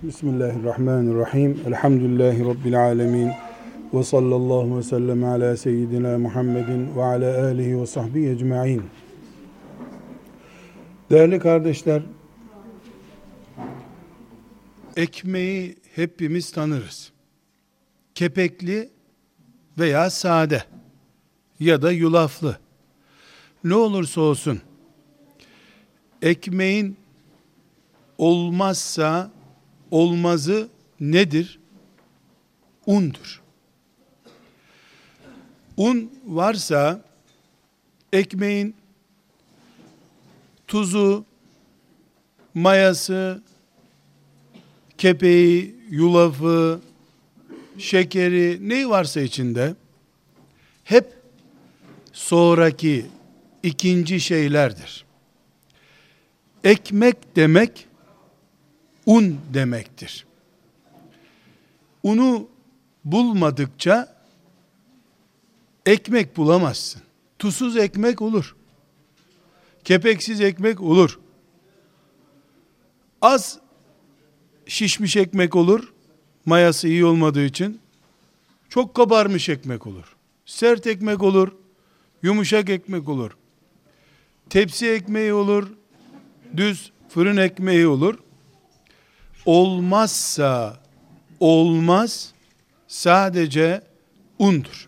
Bismillahirrahmanirrahim. Elhamdülillahi Rabbil alemin. Ve sallallahu ve sellem ala seyyidina Muhammedin ve ala alihi ve sahbihi ecma'in. Değerli kardeşler, ekmeği hepimiz tanırız. Kepekli veya sade ya da yulaflı. Ne olursa olsun, ekmeğin olmazsa olmazı nedir? Undur. Un varsa ekmeğin tuzu, mayası, kepeği, yulafı, şekeri, ne varsa içinde hep sonraki ikinci şeylerdir. Ekmek demek un demektir. Unu bulmadıkça ekmek bulamazsın. Tuzsuz ekmek olur. Kepeksiz ekmek olur. Az şişmiş ekmek olur. Mayası iyi olmadığı için. Çok kabarmış ekmek olur. Sert ekmek olur. Yumuşak ekmek olur. Tepsi ekmeği olur. Düz fırın ekmeği olur. Olmazsa olmaz, sadece undur.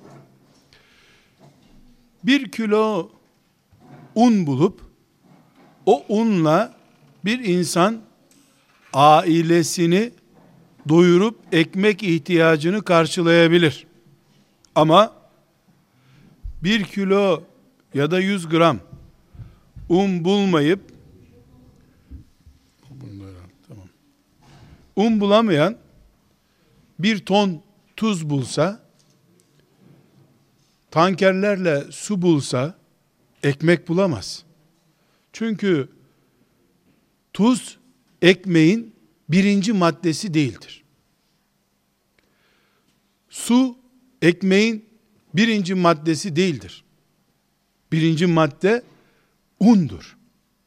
1 kilo un bulup o unla bir insan ailesini doyurup ekmek ihtiyacını karşılayabilir. Ama 1 kilo ya da 100 gram un bulmayıp un bulamayan 1 ton tuz bulsa, tankerlerle su bulsa ekmek bulamaz. Çünkü tuz ekmeğin birinci maddesi değildir. Su ekmeğin birinci maddesi değildir. Birinci madde undur.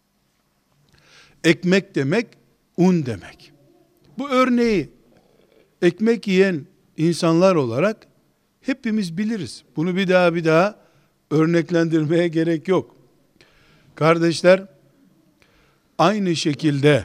Ekmek demek un demek. Bu örneği ekmek yiyen insanlar olarak hepimiz biliriz. Bunu bir daha örneklendirmeye gerek yok. Kardeşler, aynı şekilde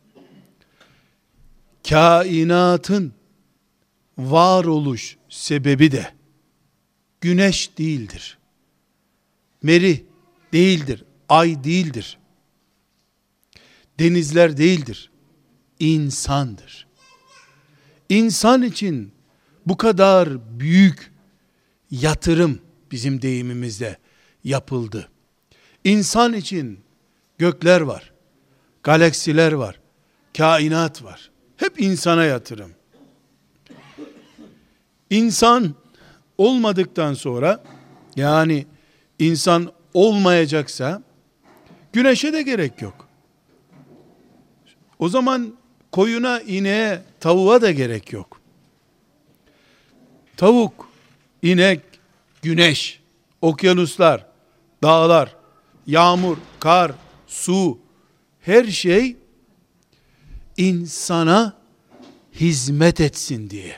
kainatın varoluş sebebi de güneş değildir. Merih değildir. Ay değildir. Denizler değildir. İnsandır. İnsan için bu kadar büyük yatırım bizim deyimimizde yapıldı. İnsan için gökler var, galaksiler var, kainat var. Hep insana yatırım. İnsan olmadıktan sonra, yani insan olmayacaksa güneşe de gerek yok. O zaman koyuna, ineğe, tavuğa da gerek yok. Tavuk, inek, güneş, okyanuslar, dağlar, yağmur, kar, su, her şey insana hizmet etsin diye.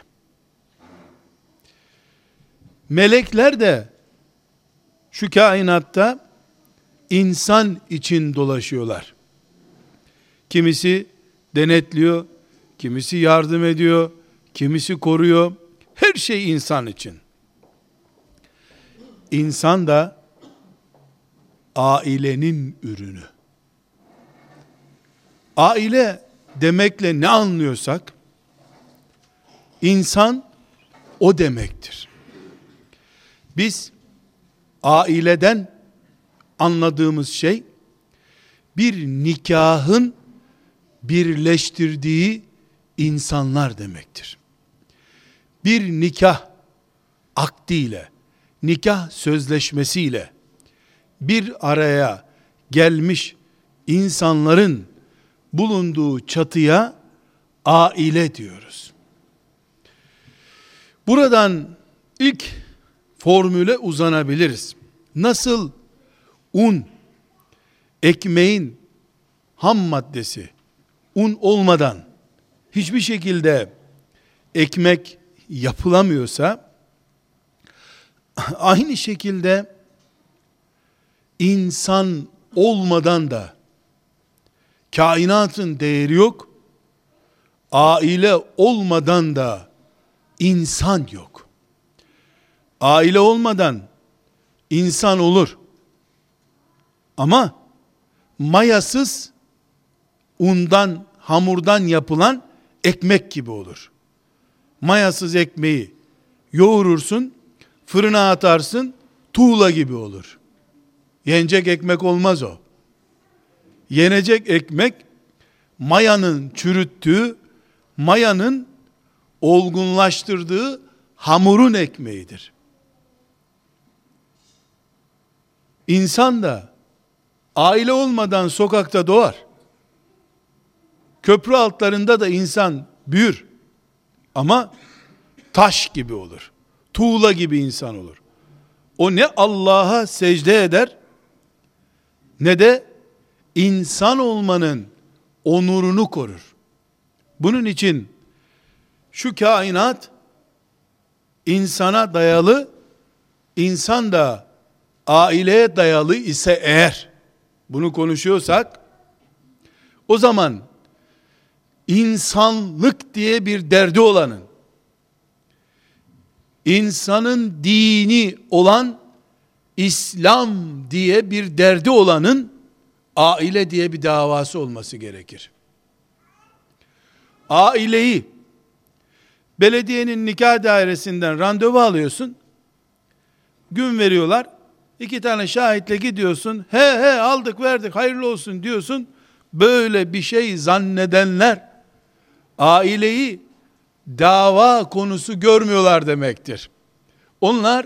Melekler de şu kainatta insan için dolaşıyorlar. Kimisi denetliyor, kimisi yardım ediyor, kimisi koruyor. Her şey insan için. İnsan da ailenin ürünü. Aile demekle ne anlıyorsak, insan o demektir. Biz aileden anladığımız şey, bir nikahın birleştirdiği insanlar demektir. Bir nikah akdiyle, nikah sözleşmesiyle bir araya gelmiş insanların bulunduğu çatıya aile diyoruz. Buradan ilk formüle uzanabiliriz. Nasıl un, ekmeğin ham maddesi, un olmadan hiçbir şekilde ekmek yapılamıyorsa, aynı şekilde insan olmadan da kainatın değeri yok. Aile olmadan da insan yok. Aile olmadan insan olur. Ama mayasız, undan, hamurdan yapılan ekmek gibi olur. Mayasız ekmeği yoğurursun, fırına atarsın, tuğla gibi olur. Yenecek ekmek olmaz o. Yenecek ekmek, mayanın çürüttüğü, mayanın olgunlaştırdığı hamurun ekmeğidir. İnsan da aile olmadan sokakta doğar. Köprü altlarında da insan büyür. Ama taş gibi olur. Tuğla gibi insan olur. O ne Allah'a secde eder, ne de insan olmanın onurunu korur. Bunun için şu kainat insana dayalı, insan da aileye dayalı ise eğer, bunu konuşuyorsak, o zaman insanlık diye bir derdi olanın, insanın dini olan İslam diye bir derdi olanın aile diye bir davası olması gerekir. Aileyi belediyenin nikah dairesinden randevu alıyorsun. Gün veriyorlar. 2 tane şahitle gidiyorsun. He aldık verdik hayırlı olsun diyorsun. Böyle bir şey zannedenler aileyi dava konusu görmüyorlar demektir. Onlar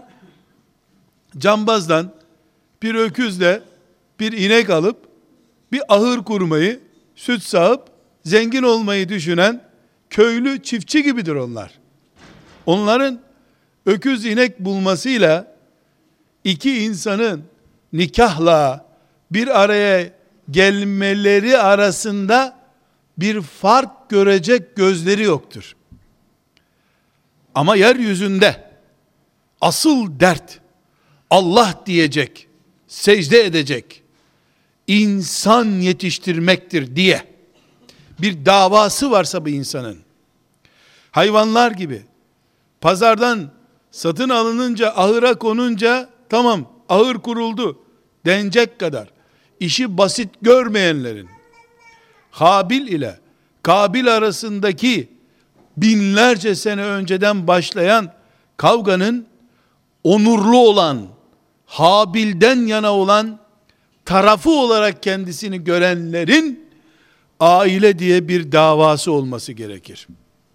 cambazdan bir öküzle bir inek alıp bir ahır kurmayı, süt sağıp zengin olmayı düşünen köylü çiftçi gibidir onlar. Onların öküz inek bulmasıyla iki insanın nikahla bir araya gelmeleri arasında bir fark görecek gözleri yoktur. Ama yeryüzünde asıl dert Allah diyecek, secde edecek, insan yetiştirmektir diye bir davası varsa bu insanın, hayvanlar gibi pazardan satın alınınca, ahıra konunca tamam ahır kuruldu denecek kadar işi basit görmeyenlerin, Habil ile Kabil arasındaki binlerce sene önceden başlayan kavganın onurlu olan, Habil'den yana olan tarafı olarak kendisini görenlerin aile diye bir davası olması gerekir.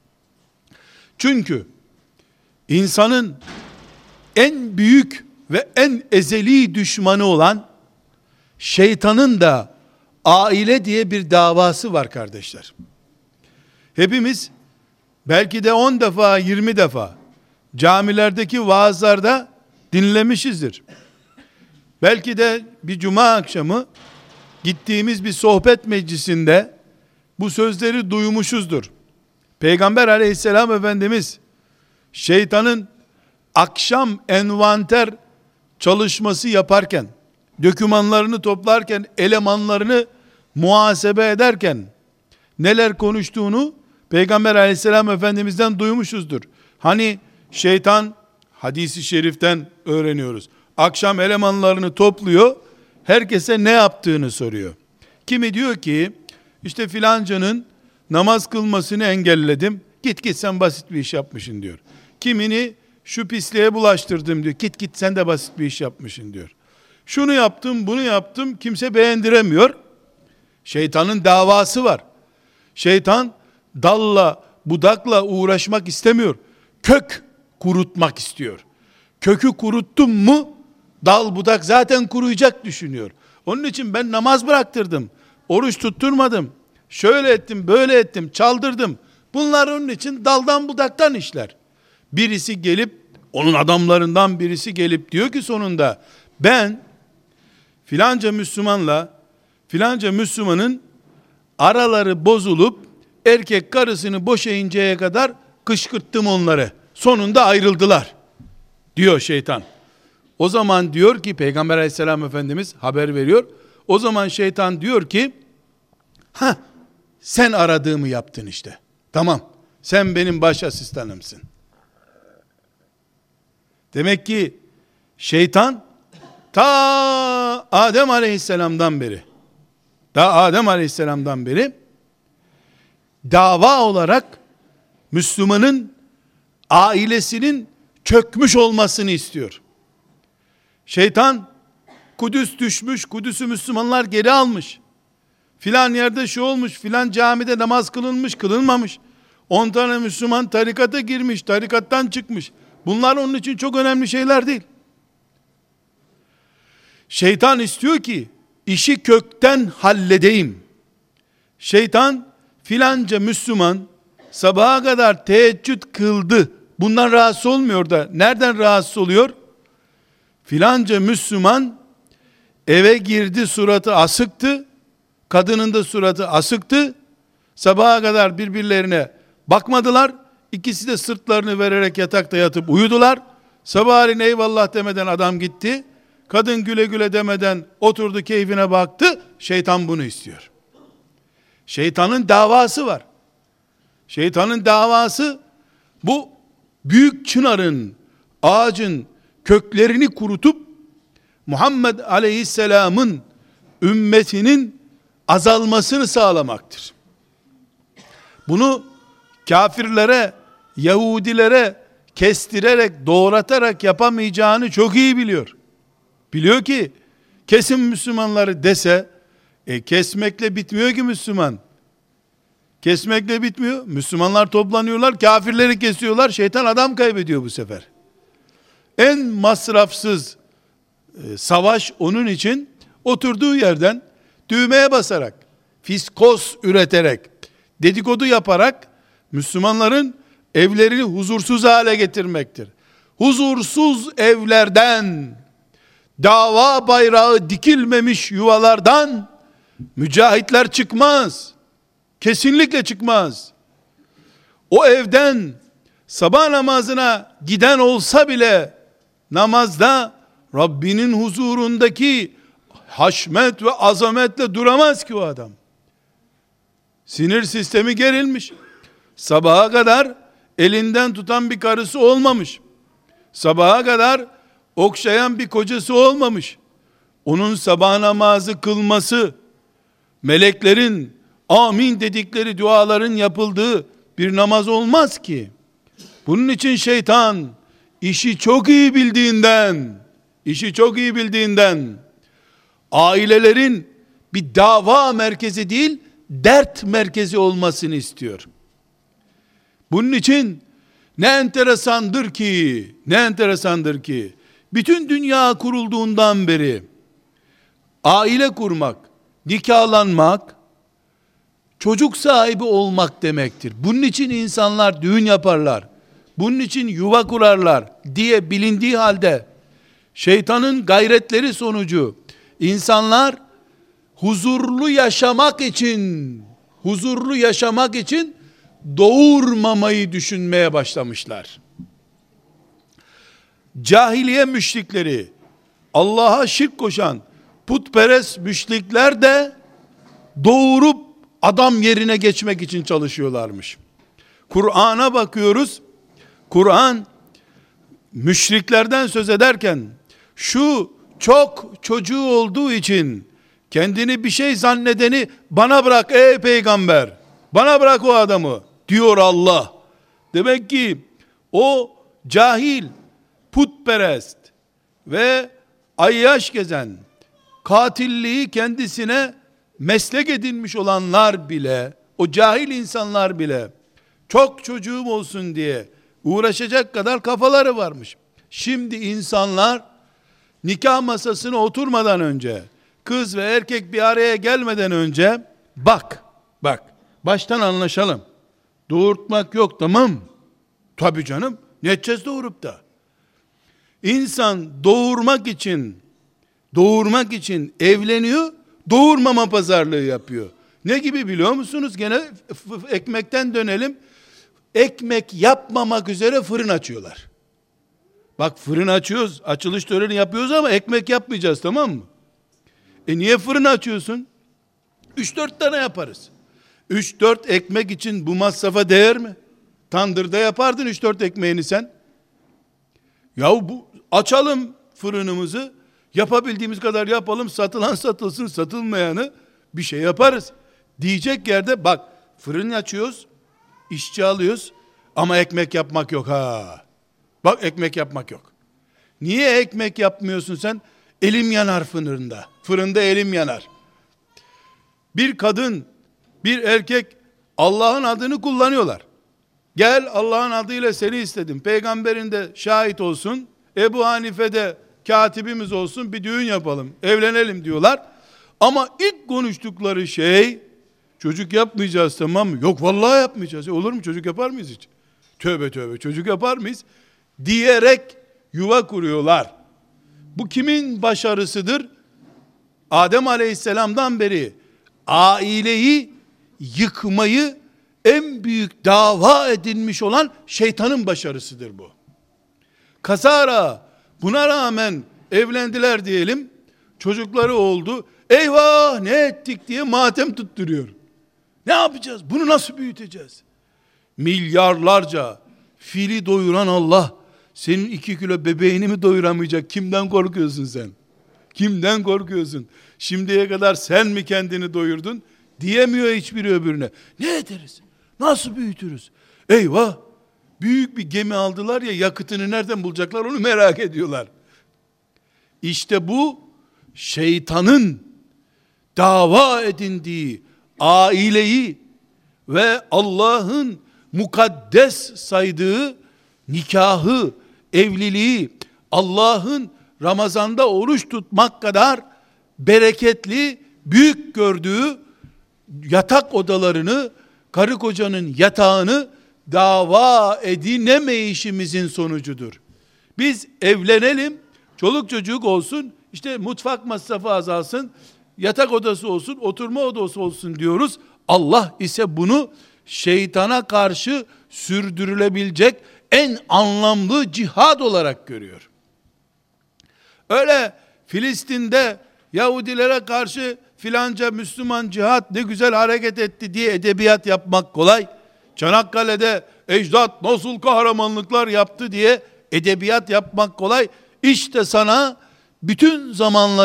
Çünkü insanın en büyük ve en ezeli düşmanı olan şeytanın da aile diye bir davası var kardeşler. Hepimiz belki de 10 defa 20 defa camilerdeki vaazlarda dinlemişizdir. Belki de bir cuma akşamı gittiğimiz bir sohbet meclisinde bu sözleri duymuşuzdur. Peygamber aleyhisselam Efendimiz şeytanın akşam envanter çalışması yaparken, dokümanlarını toplarken, elemanlarını muhasebe ederken neler konuştuğunu Peygamber aleyhisselam Efendimiz'den duymuşuzdur. Hani şeytan, hadisi şeriften öğreniyoruz, akşam elemanlarını topluyor, herkese ne yaptığını soruyor. Kimi diyor ki, işte filancanın namaz kılmasını engelledim, git sen basit bir iş yapmışsın diyor. Kimini şu pisliğe bulaştırdım diyor, git sen de basit bir iş yapmışsın diyor. Şunu yaptım, bunu yaptım, kimse beğendiremiyor. Şeytanın davası var. Şeytan dalla, budakla uğraşmak istemiyor. Kök kurutmak istiyor. Kökü kuruttum mu, dal budak zaten kuruyacak düşünüyor. Onun için ben namaz bıraktırdım, oruç tutturmadım, şöyle ettim, böyle ettim, çaldırdım. Bunlar onun için daldan budaktan işler. Birisi gelip, onun adamlarından birisi gelip diyor ki sonunda, ben filanca Müslümanla filanca Müslümanın araları bozulup Erkek karısını boşayıncaya kadar kışkırttım onları. Sonunda ayrıldılar diyor şeytan. O zaman diyor ki Peygamber aleyhisselam Efendimiz haber veriyor. O zaman şeytan diyor ki sen aradığımı yaptın işte. Tamam, sen benim baş asistanımsın. Demek ki şeytan ta Adem aleyhisselamdan beri dava olarak Müslümanın ailesinin çökmüş olmasını istiyor. Şeytan Kudüs düşmüş, Kudüs'ü Müslümanlar geri almış. Filan yerde şu olmuş, filan camide namaz kılınmış, kılınmamış. 10 tane Müslüman tarikata girmiş, tarikattan çıkmış. Bunlar onun için çok önemli şeyler değil. Şeytan istiyor ki işi kökten halledeyim. Şeytan filanca Müslüman sabaha kadar teheccüd kıldı. Bundan rahatsız olmuyor da nereden rahatsız oluyor? Filanca Müslüman eve girdi, suratı asıktı. Kadının da suratı asıktı. Sabaha kadar birbirlerine bakmadılar. İkisi de sırtlarını vererek yatakta yatıp uyudular. Sabahleyin eyvallah demeden adam gitti. Kadın güle güle demeden oturdu, keyfine baktı. Şeytan bunu istiyor. Şeytanın davası var. Şeytanın davası bu büyük çınarın, ağacın köklerini kurutup Muhammed Aleyhisselam'ın ümmetinin azalmasını sağlamaktır. Bunu kafirlere, Yahudilere kestirerek, doğratarak yapamayacağını çok iyi biliyor. Biliyor ki kesin Müslümanları dese, kesmekle bitmiyor ki Müslüman. Kesmekle bitmiyor. Müslümanlar toplanıyorlar, kafirleri kesiyorlar. Şeytan adam kaybediyor bu sefer. En masrafsız savaş onun için oturduğu yerden düğmeye basarak, fiskos üreterek, dedikodu yaparak Müslümanların evlerini huzursuz hale getirmektir. Huzursuz evlerden, dava bayrağı dikilmemiş yuvalardan mücahitler çıkmaz. Kesinlikle çıkmaz. O evden sabah namazına giden olsa bile namazda Rabbinin huzurundaki haşmet ve azametle duramaz ki o adam. Sinir sistemi gerilmiş. Sabaha kadar elinden tutan bir karısı olmamış. Sabaha kadar okşayan bir kocası olmamış. Onun sabah namazı kılması, meleklerin amin dedikleri duaların yapıldığı bir namaz olmaz ki. Bunun için şeytan işi çok iyi bildiğinden ailelerin bir dava merkezi değil, dert merkezi olmasını istiyor. Bunun için ne enteresandır ki bütün dünya kurulduğundan beri aile kurmak, nikahlanmak çocuk sahibi olmak demektir. Bunun için insanlar düğün yaparlar. Bunun için yuva kurarlar diye bilindiği halde şeytanın gayretleri sonucu insanlar huzurlu yaşamak için doğurmamayı düşünmeye başlamışlar. Cahiliye müşrikleri, Allah'a şirk koşan putperest müşrikler de doğurup adam yerine geçmek için çalışıyorlarmış. Kur'an'a bakıyoruz. Kur'an müşriklerden söz ederken şu çok çocuğu olduğu için kendini bir şey zannedeni bana bırak ey peygamber, bana bırak o adamı diyor Allah. Demek ki o cahil, putperest ve ayyaş gezen, katilliği kendisine meslek edinmiş olanlar bile, o cahil insanlar bile çok çocuğum olsun diye uğraşacak kadar kafaları varmış. Şimdi insanlar nikah masasına oturmadan önce, kız ve erkek bir araya gelmeden önce bak baştan anlaşalım. Doğurtmak yok, tamam. Tabii canım, ne edeceğiz doğurup da? İnsan doğurmak için evleniyor, doğurmama pazarlığı yapıyor. Ne gibi biliyor musunuz? Gene ekmekten dönelim. Ekmek yapmamak üzere fırın açıyorlar. Bak, fırın açıyoruz, açılış töreni yapıyoruz ama ekmek yapmayacağız, tamam mı? Niye fırın açıyorsun? 3-4 tane yaparız. 3-4 ekmek için bu masrafa değer mi? Tandırda yapardın 3-4 ekmeğini sen. Açalım fırınımızı, yapabildiğimiz kadar yapalım, satılan satılsın, satılmayanı bir şey yaparız. Diyecek yerde bak, fırın açıyoruz, işçi alıyoruz ama ekmek yapmak yok ha. Bak, ekmek yapmak yok. Niye ekmek yapmıyorsun sen? Elim yanar fırında. Fırında elim yanar. Bir kadın, bir erkek Allah'ın adını kullanıyorlar. Gel, Allah'ın adıyla seni istedim. Peygamberin de şahit olsun. Ebu Hanife de katibimiz olsun. Bir düğün yapalım, evlenelim diyorlar. Ama ilk konuştukları şey, çocuk yapmayacağız, tamam mı? Yok vallahi yapmayacağız. Olur mu? Çocuk yapar mıyız hiç? Tövbe tövbe, çocuk yapar mıyız? Diyerek yuva kuruyorlar. Bu kimin başarısıdır? Adem Aleyhisselam'dan beri aileyi yıkmayı en büyük dava edilmiş olan şeytanın başarısıdır bu. Kazara buna rağmen evlendiler diyelim, çocukları oldu, eyvah ne ettik diye matem tutturuyor. Ne yapacağız? Bunu nasıl büyüteceğiz? Milyarlarca fili doyuran Allah senin 2 kilo bebeğini mi doyuramayacak? Kimden korkuyorsun sen? Kimden korkuyorsun? Şimdiye kadar sen mi kendini doyurdun? Diyemiyor hiçbiri öbürüne. Ne ederiz? Nasıl büyütürüz? Eyvah! Büyük bir gemi aldılar ya, yakıtını nereden bulacaklar onu merak ediyorlar. İşte bu şeytanın dava edindiği aileyi ve Allah'ın mukaddes saydığı nikahı, evliliği, Allah'ın Ramazan'da oruç tutmak kadar bereketli, büyük gördüğü yatak odalarını, karı kocanın yatağını dava edinemeyişimizin sonucudur. Biz evlenelim, çoluk çocuk olsun, işte mutfak masrafı azalsın, yatak odası olsun, oturma odası olsun diyoruz. Allah ise bunu şeytana karşı sürdürülebilecek en anlamlı cihad olarak görüyor. Öyle Filistin'de Yahudilere karşı filanca Müslüman cihat ne güzel hareket etti diye edebiyat yapmak kolay. Çanakkale'de ecdat nasıl kahramanlıklar yaptı diye edebiyat yapmak kolay. İşte sana bütün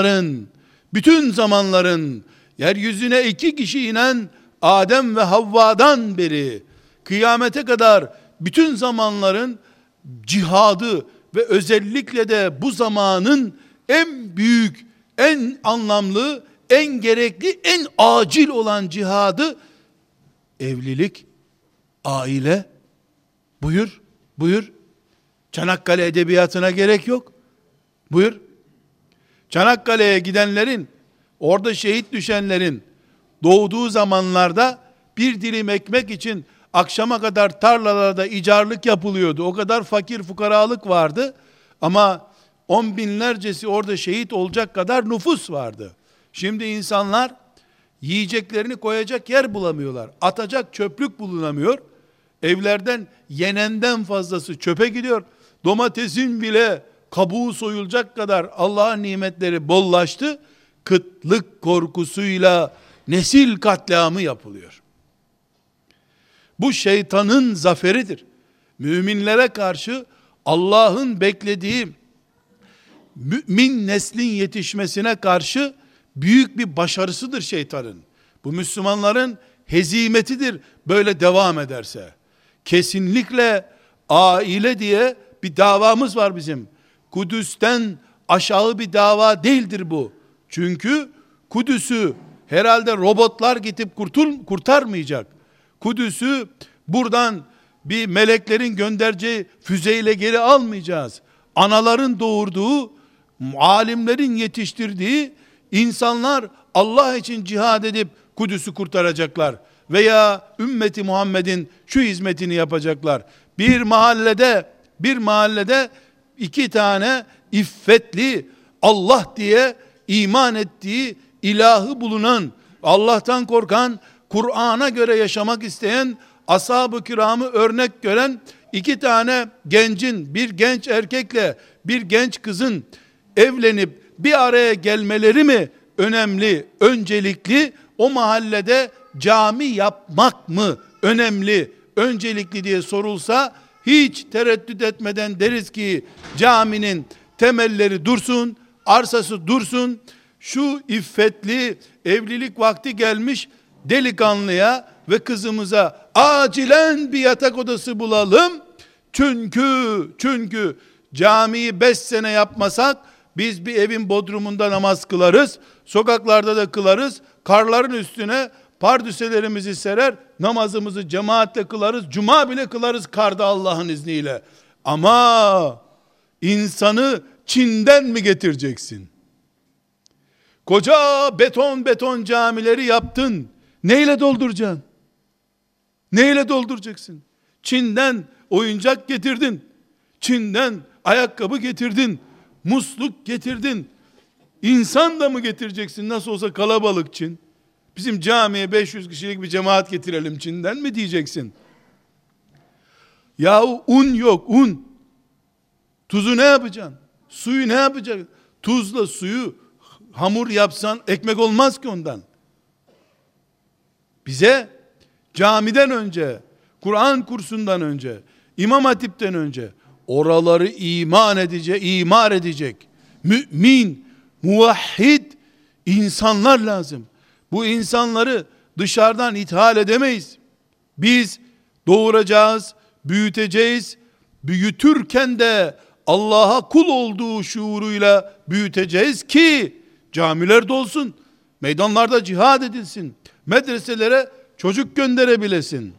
zamanların yeryüzüne 2 kişi inen Adem ve Havva'dan beri kıyamete kadar bütün zamanların cihadı ve özellikle de bu zamanın en büyük, en anlamlı, en gerekli, en acil olan cihadı evlilik, aile. Buyur. Çanakkale edebiyatına gerek yok. Buyur. Çanakkale'ye gidenlerin, orada şehit düşenlerin doğduğu zamanlarda bir dilim ekmek için akşama kadar tarlalarda icarlık yapılıyordu. O kadar fakir fukaralık vardı. Ama 10 binlercesi orada şehit olacak kadar nüfus vardı. Şimdi insanlar yiyeceklerini koyacak yer bulamıyorlar. Atacak çöplük bulunamıyor. Evlerden yenenden fazlası çöpe gidiyor. Domatesin bile kabuğu soyulacak kadar Allah'ın nimetleri bollaştı. Kıtlık korkusuyla nesil katliamı yapılıyor. Bu şeytanın zaferidir. Müminlere karşı Allah'ın beklediği mümin neslin yetişmesine karşı büyük bir başarısıdır şeytanın. Bu Müslümanların hezimetidir böyle devam ederse. Kesinlikle aile diye bir davamız var bizim. Kudüs'ten aşağı bir dava değildir bu. Çünkü Kudüs'ü herhalde robotlar gidip kurtarmayacak. Kudüs'ü buradan bir meleklerin göndereceği füzeyle geri almayacağız. Anaların doğurduğu, alimlerin yetiştirdiği insanlar Allah için cihad edip Kudüs'ü kurtaracaklar. Veya ümmeti Muhammed'in şu hizmetini yapacaklar. Bir mahallede 2 tane iffetli, Allah diye iman ettiği ilahı bulunan Allah'tan korkan, Kur'an'a göre yaşamak isteyen, ashab-ı kiramı örnek gören iki tane gencin, bir genç erkekle bir genç kızın evlenip bir araya gelmeleri mi önemli, öncelikli, o mahallede cami yapmak mı önemli, öncelikli diye sorulsa, hiç tereddüt etmeden deriz ki caminin temelleri dursun, arsası dursun. Şu iffetli, evlilik vakti gelmiş delikanlıya ve kızımıza acilen bir yatak odası bulalım. Çünkü camiyi 5 sene yapmasak biz bir evin bodrumunda namaz kılarız, sokaklarda da kılarız, karların üstüne pardüselerimizi serer, namazımızı cemaatle kılarız, cuma bile kılarız karda Allah'ın izniyle. Ama insanı Çin'den mi getireceksin? Koca beton camileri yaptın. Neyle dolduracaksın? Neyle dolduracaksın? Çin'den oyuncak getirdin. Çin'den ayakkabı getirdin. Musluk getirdin. İnsan da mı getireceksin? Nasıl olsa kalabalık Çin. Bizim camiye 500 kişilik bir cemaat getirelim Çin'den mi diyeceksin? Yahu un yok, un. Tuzu ne yapacaksın? Suyu ne yapacaksın? Tuzla suyu hamur yapsan ekmek olmaz ki ondan. Bize camiden önce, Kur'an kursundan önce, İmam Hatip'ten önce oraları imar edecek mümin, muvahhid insanlar lazım. Bu insanları dışarıdan ithal edemeyiz. Biz doğuracağız, büyüteceğiz. Büyütürken de Allah'a kul olduğu şuuruyla büyüteceğiz ki camiler dolsun, meydanlarda cihad edilsin, medreselere çocuk gönderebilesin.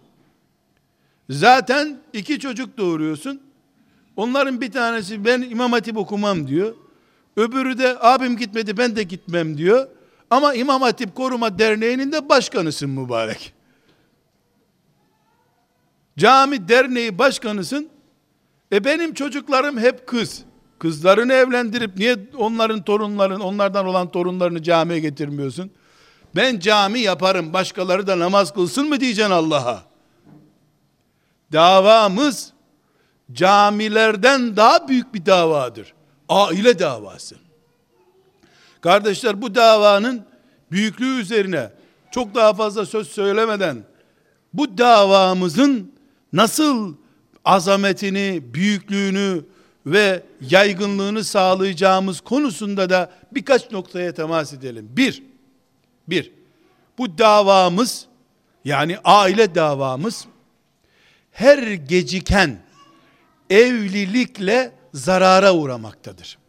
Zaten 2 çocuk doğuruyorsun. Onların bir tanesi ben İmam Hatip okumam diyor. Öbürü de abim gitmedi ben de gitmem diyor. Ama İmam Hatip Koruma Derneği'nin de başkanısın mübarek. Cami derneği başkanısın. Benim çocuklarım hep kız. Kızlarını evlendirip niye onlardan olan torunlarını camiye getirmiyorsun? Ben cami yaparım, başkaları da namaz kılsın mı diyeceksin Allah'a? Davamız camilerden daha büyük bir davadır. Aile davası. Kardeşler, bu davanın büyüklüğü üzerine çok daha fazla söz söylemeden bu davamızın nasıl azametini, büyüklüğünü ve yaygınlığını sağlayacağımız konusunda da birkaç noktaya temas edelim. Bir, bu davamız, yani aile davamız, her geciken evlilikle zarara uğramaktadır.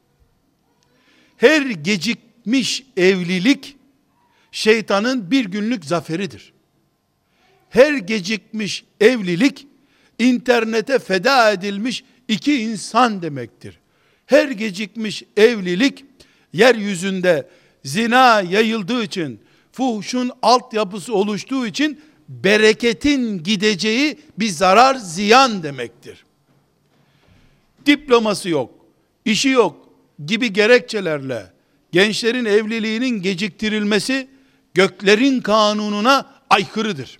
Her gecikmiş evlilik şeytanın bir günlük zaferidir. Her gecikmiş evlilik internete feda edilmiş 2 insan demektir. Her gecikmiş evlilik yeryüzünde zina yayıldığı için, fuhşun altyapısı oluştuğu için bereketin gideceği bir zarar, ziyan demektir. Diploması yok, işi yok gibi gerekçelerle gençlerin evliliğinin geciktirilmesi göklerin kanununa aykırıdır.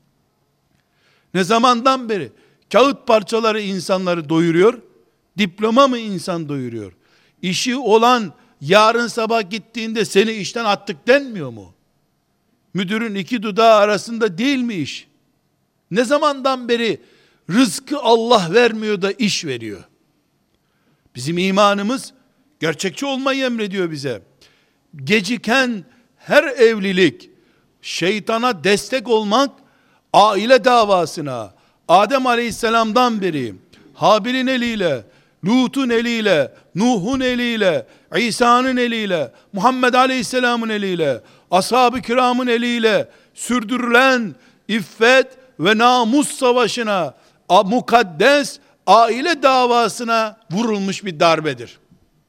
Ne zamandan beri kağıt parçaları insanları doyuruyor, diploma mı insan doyuruyor? İşi olan yarın sabah gittiğinde seni işten attık denmiyor mu? Müdürün 2 dudağı arasında değil mi iş? Ne zamandan beri rızkı Allah vermiyor da iş veriyor? Bizim imanımız gerçekçi olmayı emrediyor bize. Geciken her evlilik, şeytana destek olmak, aile davasına, Adem Aleyhisselam'dan beri, Habil'in eliyle, Lut'un eliyle, Nuh'un eliyle, İsa'nın eliyle, Muhammed Aleyhisselam'ın eliyle, ashab-ı kiramın eliyle sürdürülen iffet ve namus savaşına, mukaddes aile davasına vurulmuş bir darbedir.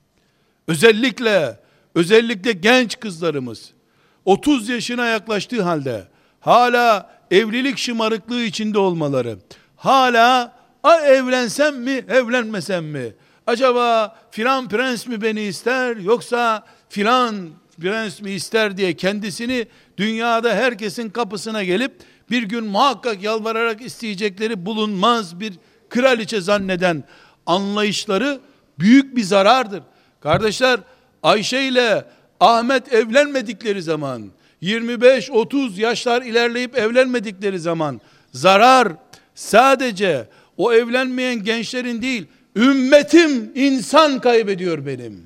Özellikle genç kızlarımız 30 yaşına yaklaştığı halde hala evlilik şımarıklığı içinde olmaları, hala evlensem mi evlenmesem mi, acaba filan prens mi beni ister yoksa filan prens mi ister diye kendisini dünyada herkesin kapısına gelip bir gün muhakkak yalvararak isteyecekleri bulunmaz bir kraliçe zanneden anlayışları büyük bir zarardır. Kardeşler, Ayşe ile Ahmet evlenmedikleri zaman, 25-30 yaşlar ilerleyip evlenmedikleri zaman zarar sadece o evlenmeyen gençlerin değil, ümmetim insan kaybediyor benim.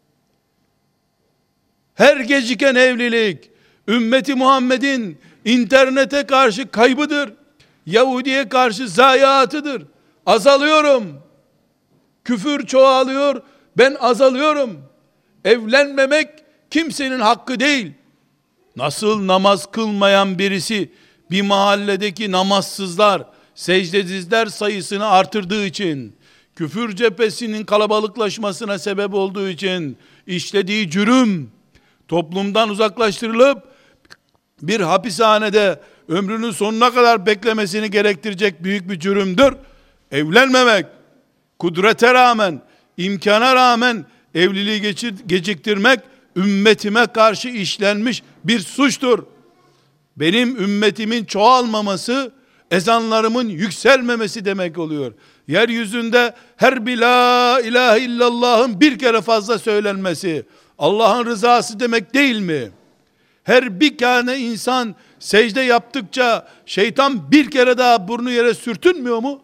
Her geciken evlilik ümmeti Muhammed'in internete karşı kaybıdır. Yahudiye karşı zayiatıdır. Azalıyorum. Küfür çoğalıyor. Ben azalıyorum. Evlenmemek kimsenin hakkı değil. Nasıl namaz kılmayan birisi bir mahalledeki namazsızlar, secdesizler sayısını artırdığı için, küfür cephesinin kalabalıklaşmasına sebep olduğu için işlediği cürüm toplumdan uzaklaştırılıp bir hapishanede ömrünün sonuna kadar beklemesini gerektirecek büyük bir cürümdür. Evlenmemek, kudrete rağmen, imkana rağmen evliliği geciktirmek ümmetime karşı işlenmiş bir suçtur. Benim ümmetimin çoğalmaması, ezanlarımın yükselmemesi demek oluyor. Yeryüzünde her bir la ilahe illallah'ın bir kere fazla söylenmesi, Allah'ın rızası demek değil mi? Her bir tane insan secde yaptıkça şeytan bir kere daha burnu yere sürtünmüyor mu?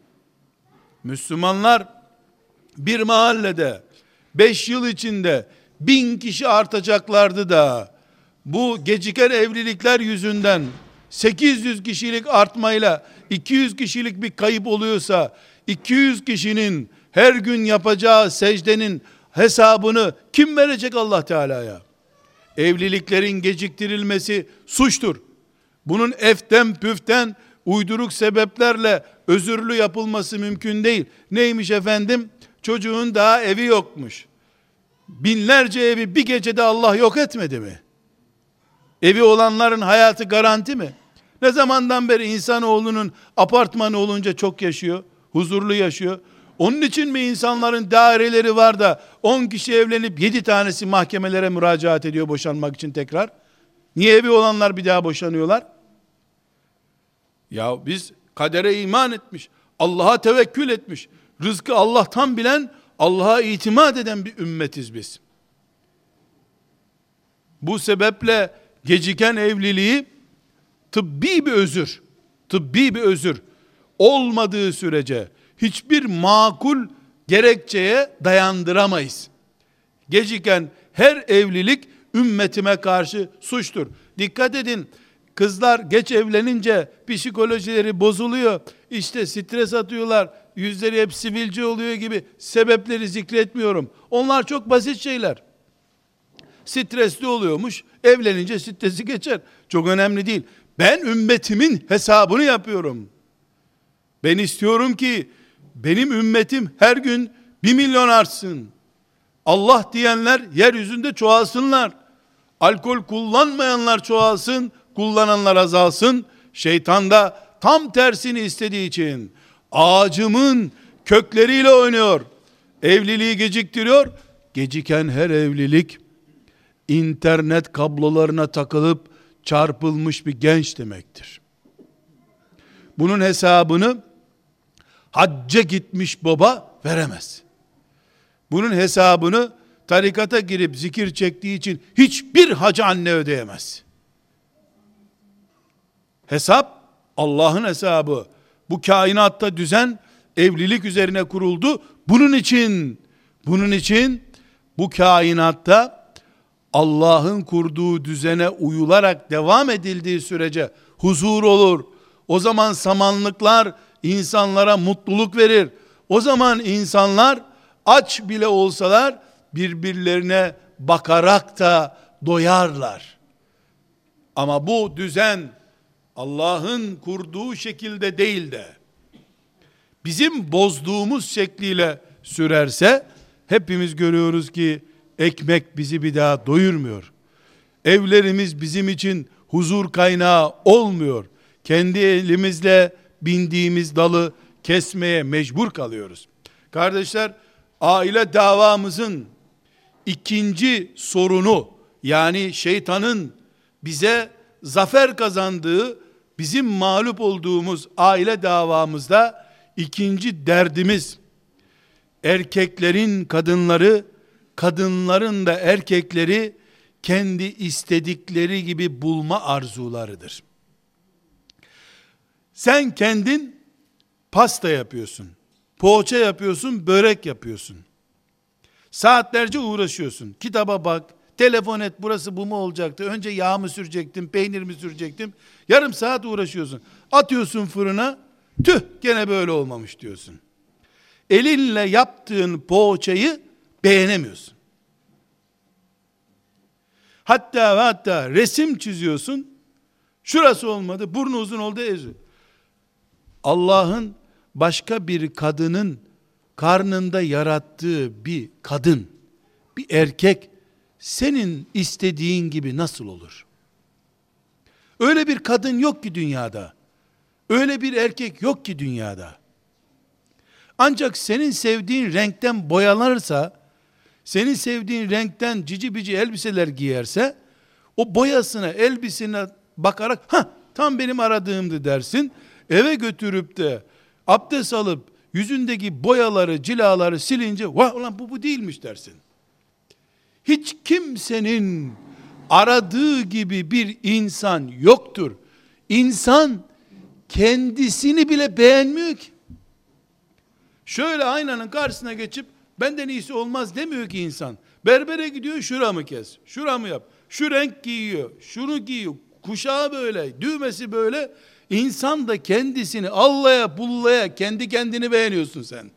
Müslümanlar bir mahallede 5 yıl içinde 1000 kişi artacaklardı da bu geciken evlilikler yüzünden 800 kişilik artmayla 200 kişilik bir kayıp oluyorsa 200 kişinin her gün yapacağı secdenin hesabını kim verecek Allah Teala'ya? Evliliklerin geciktirilmesi suçtur. Bunun eften püften uyduruk sebeplerle özürlü yapılması mümkün değil. Neymiş efendim? Çocuğun daha evi yokmuş. Binlerce evi bir gecede Allah yok etmedi mi? Evi olanların hayatı garanti mi? Ne zamandan beri insanoğlunun apartmanı olunca çok yaşıyor, huzurlu yaşıyor? Onun için mi insanların daireleri var da 10 kişi evlenip 7 tanesi mahkemelere müracaat ediyor boşanmak için tekrar? Niye evi olanlar bir daha boşanıyorlar? Ya biz kadere iman etmiş, Allah'a tevekkül etmiş, rızkı Allah'tan bilen, Allah'a itimat eden bir ümmetiz biz. Bu sebeple geciken evliliği tıbbi bir özür olmadığı sürece hiçbir makul gerekçeye dayandıramayız. Geciken her evlilik ümmetime karşı suçtur. Dikkat edin, kızlar geç evlenince psikolojileri bozuluyor, İşte stres atıyorlar, yüzleri hep sivilce oluyor gibi sebepleri zikretmiyorum. Onlar çok basit şeyler. Stresli oluyormuş, evlenince stresi geçer. Çok önemli değil. Ben ümmetimin hesabını yapıyorum. Ben istiyorum ki benim ümmetim her gün 1 milyon artsın. Allah diyenler yeryüzünde çoğalsınlar. Alkol kullanmayanlar çoğalsın, kullananlar azalsın. Şeytan da tam tersini istediği için ağacımın kökleriyle oynuyor. Evliliği geciktiriyor. Geciken her evlilik internet kablolarına takılıp çarpılmış bir genç demektir. Bunun hesabını hacca gitmiş baba veremez. Bunun hesabını tarikata girip zikir çektiği için hiçbir hacı anne ödeyemez. Hesap Allah'ın hesabı. Bu kainatta düzen evlilik üzerine kuruldu. Bunun için bu kainatta Allah'ın kurduğu düzene uyularak devam edildiği sürece huzur olur. O zaman samanlıklar insanlara mutluluk verir. O zaman insanlar aç bile olsalar birbirlerine bakarak da doyarlar. Ama bu düzen Allah'ın kurduğu şekilde değil de bizim bozduğumuz şekliyle sürerse hepimiz görüyoruz ki ekmek bizi bir daha doyurmuyor. Evlerimiz bizim için huzur kaynağı olmuyor. Kendi elimizle bindiğimiz dalı kesmeye mecbur kalıyoruz. Kardeşler, aile davamızın ikinci sorunu, yani şeytanın bize zafer kazandığı, bizim mağlup olduğumuz aile davamızda ikinci derdimiz, erkeklerin kadınları, kadınların da erkekleri kendi istedikleri gibi bulma arzularıdır. Sen kendin pasta yapıyorsun, poğaça yapıyorsun, börek yapıyorsun. Saatlerce uğraşıyorsun. Kitaba bak, telefon et, burası bu mu olacaktı? Önce yağ mı sürecektim, peynir mi sürecektim? Yarım saat uğraşıyorsun. Atıyorsun fırına, tüh gene böyle olmamış diyorsun. Elinle yaptığın poğaçayı beğenemiyorsun. Hatta resim çiziyorsun. Şurası olmadı, burnu uzun oldu, eziyor. Allah'ın başka bir kadının karnında yarattığı bir kadın, bir erkek senin istediğin gibi nasıl olur? Öyle bir kadın yok ki dünyada. Öyle bir erkek yok ki dünyada. Ancak senin sevdiğin renkten boyalanırsa, senin sevdiğin renkten cici bici elbiseler giyerse, o boyasına, elbisine bakarak, tam benim aradığımdı dersin. Eve götürüp de abdest alıp yüzündeki boyaları, cilaları silince, vah ulan bu değilmiş dersin. Hiç kimsenin aradığı gibi bir insan yoktur. İnsan kendisini bile beğenmiyor ki. Şöyle aynanın karşısına geçip benden iyisi olmaz demiyor ki insan. Berbere gidiyor, şuramı kes, şuramı yap. Şu renk giyiyor, şunu giyiyor. Kuşağı böyle, düğmesi böyle. İnsan da kendisini allaya bullaya kendi kendini beğeniyorsun sen.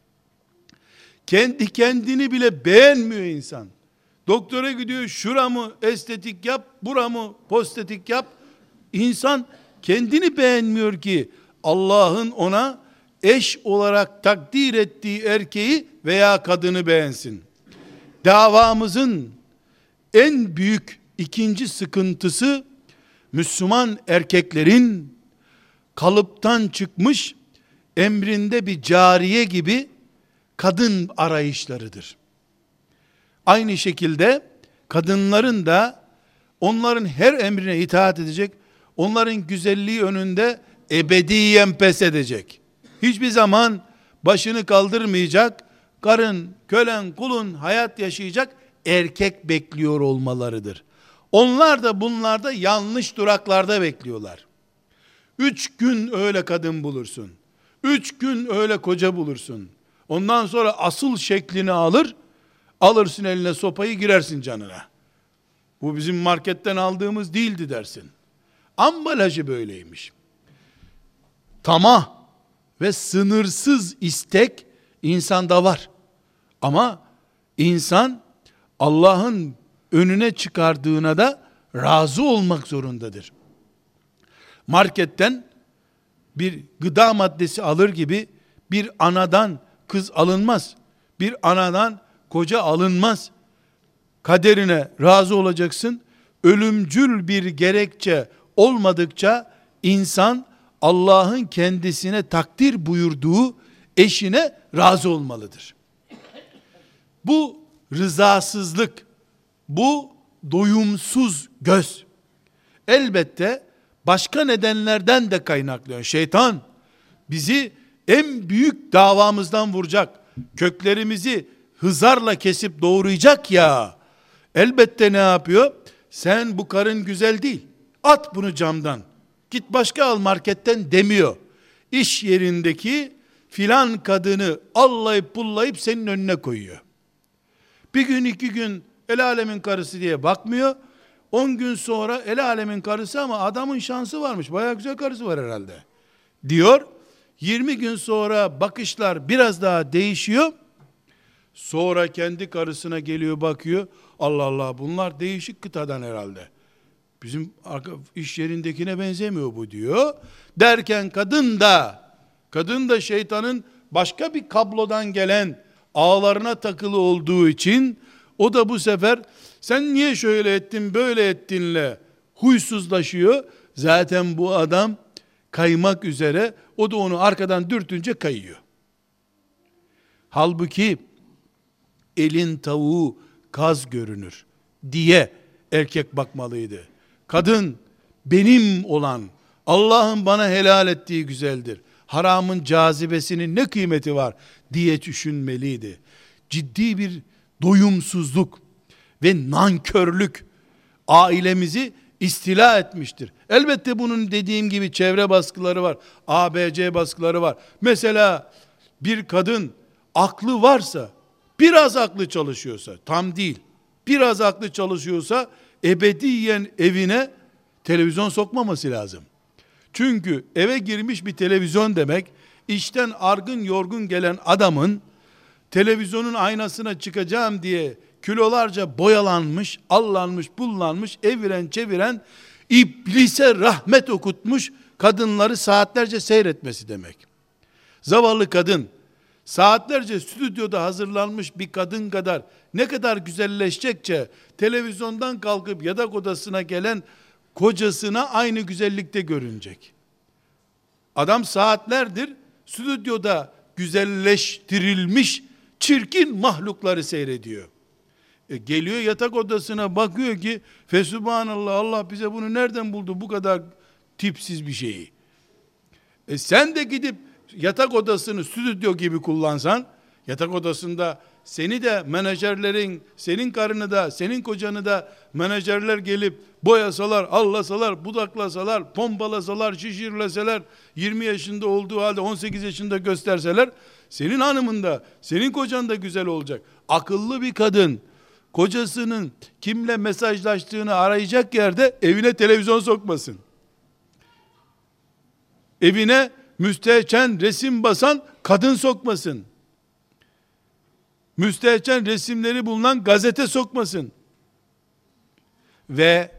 Kendi kendini bile beğenmiyor insan. Doktora gidiyor, şuramı estetik yap, buramı postetik yap. İnsan kendini beğenmiyor ki Allah'ın ona eş olarak takdir ettiği erkeği veya kadını beğensin. Davamızın en büyük ikinci sıkıntısı, Müslüman erkeklerin kalıptan çıkmış, emrinde bir cariye gibi kadın arayışlarıdır. Aynı şekilde kadınların da onların her emrine itaat edecek, onların güzelliği önünde ebediyen pes edecek. Hiçbir zaman başını kaldırmayacak, karın, kölen, kulun hayat yaşayacak erkek bekliyor olmalarıdır. Onlar da bunlar da yanlış duraklarda bekliyorlar. 3 gün öyle kadın bulursun. 3 gün öyle koca bulursun. Ondan sonra asıl şeklini alır, alırsın eline sopayı, girersin canına. Bu bizim marketten aldığımız değildi dersin. Ambalajı böyleymiş. Tamah ve sınırsız istek insanda var. Ama insan Allah'ın önüne çıkardığına da razı olmak zorundadır. Marketten bir gıda maddesi alır gibi bir anadan kız alınmaz. Bir anadan koca alınmaz. Kaderine razı olacaksın. Ölümcül bir gerekçe olmadıkça insan Allah'ın kendisine takdir buyurduğu eşine razı olmalıdır. Bu rızasızlık, bu doyumsuz göz elbette başka nedenlerden de kaynaklanıyor. Şeytan bizi en büyük davamızdan vuracak, köklerimizi hızarla kesip doğrayacak ya, elbette ne yapıyor? Sen bu karın güzel değil, at bunu camdan, git başka al marketten demiyor. İş yerindeki filan kadını allayıp pullayıp senin önüne koyuyor. Bir gün 2 gün el alemin karısı diye bakmıyor. 10 gün sonra el alemin karısı ama adamın şansı varmış, bayağı güzel karısı var herhalde diyor. 20 gün sonra bakışlar biraz daha değişiyor. Sonra kendi karısına geliyor, bakıyor. Allah Allah, bunlar değişik kıtadan herhalde. Bizim iş yerindekine benzemiyor bu diyor. Derken kadın da şeytanın başka bir kablodan gelen ağlarına takılı olduğu için o da bu sefer sen niye şöyle ettin böyle ettinle huysuzlaşıyor. Zaten bu adam kaymak üzere, o da onu arkadan dürtünce kayıyor. Halbuki elin tavuğu kaz görünür diye erkek bakmalıydı. Kadın benim olan, Allah'ın bana helal ettiği güzeldir. Haramın cazibesinin ne kıymeti var diye düşünmeliydi. Ciddi bir doyumsuzluk ve nankörlük ailemizi istila etmiştir. Elbette bunun dediğim gibi çevre baskıları var. ABC baskıları var. Mesela bir kadın aklı varsa, biraz aklı çalışıyorsa, tam değil, biraz aklı çalışıyorsa ebediyen evine televizyon sokmaması lazım. Çünkü eve girmiş bir televizyon demek, işten argın yorgun gelen adamın televizyonun aynasına çıkacağım diye kilolarca boyalanmış, allanmış, pullanmış, eviren çeviren, iblise rahmet okutmuş kadınları saatlerce seyretmesi demek. Zavallı kadın, saatlerce stüdyoda hazırlanmış bir kadın kadar ne kadar güzelleşecekçe, televizyondan kalkıp yatak odasına gelen kocasına aynı güzellikte görünecek. Adam saatlerdir stüdyoda güzelleştirilmiş çirkin mahlukları seyrediyor. Geliyor yatak odasına, bakıyor ki fesubhanallah, Allah bize bunu nereden buldu, bu kadar tipsiz bir şeyi. Sen de gidip yatak odasını stüdyo gibi kullansan, yatak odasında seni de menajerlerin, senin karını da, senin kocanı da menajerler gelip boyasalar, allasalar, budaklasalar, pompalasalar, şişirleseler, 20 yaşında olduğu halde 18 yaşında gösterseler, senin hanımın da, senin kocan da güzel olacak. Akıllı bir kadın, kocasının kimle mesajlaştığını arayacak yerde evine televizyon sokmasın. Evine müstehcen resim basan kadın sokmasın. Müstehcen resimleri bulunan gazete sokmasın. Ve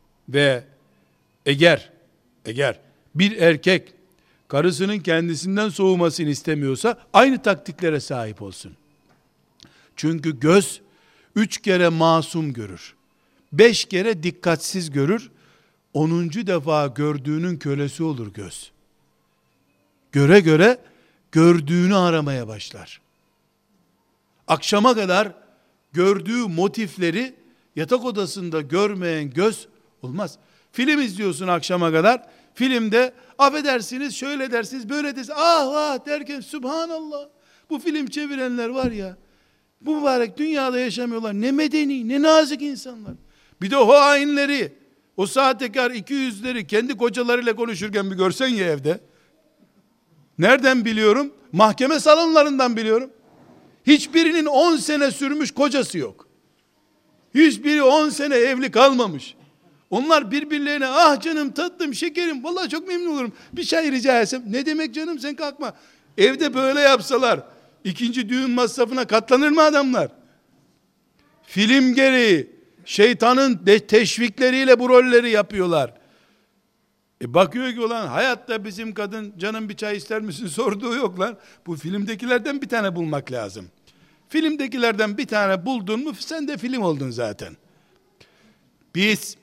eğer bir erkek karısının kendisinden soğumasını istemiyorsa aynı taktiklere sahip olsun. Çünkü göz 3 kere masum görür. 5 kere dikkatsiz görür. 10. defa gördüğünün kölesi olur göz. Göre göre gördüğünü aramaya başlar. Akşama kadar gördüğü motifleri yatak odasında görmeyen göz olmaz. Film izliyorsun akşama kadar. Filmde affedersiniz, şöyle dersiniz, böyle dersiniz, ah derken subhanallah. Bu film çevirenler var ya, bu mübarek dünyada yaşamıyorlar. Ne medeni, ne nazik insanlar. Bir de o hainleri, o sahtekar 200'leri kendi kocalarıyla konuşurken bir görsen ya evde. Nereden biliyorum? Mahkeme salonlarından biliyorum. Hiçbirinin 10 sene sürmüş kocası yok. Hiçbiri 10 sene evli kalmamış. Onlar birbirlerine ah canım, tatlım, şekerim, vallahi çok memnun olurum, bir çay rica etsem. Ne demek canım, sen kalkma. Evde böyle yapsalar ikinci düğün masrafına katlanır mı adamlar? Film gereği şeytanın teşvikleriyle bu rolleri yapıyorlar. Bakıyor ki ulan hayatta bizim kadın canım bir çay ister misin sorduğu yok lan. Bu filmdekilerden bir tane bulmak lazım. Filmdekilerden bir tane buldun mu sen de film oldun zaten. Biz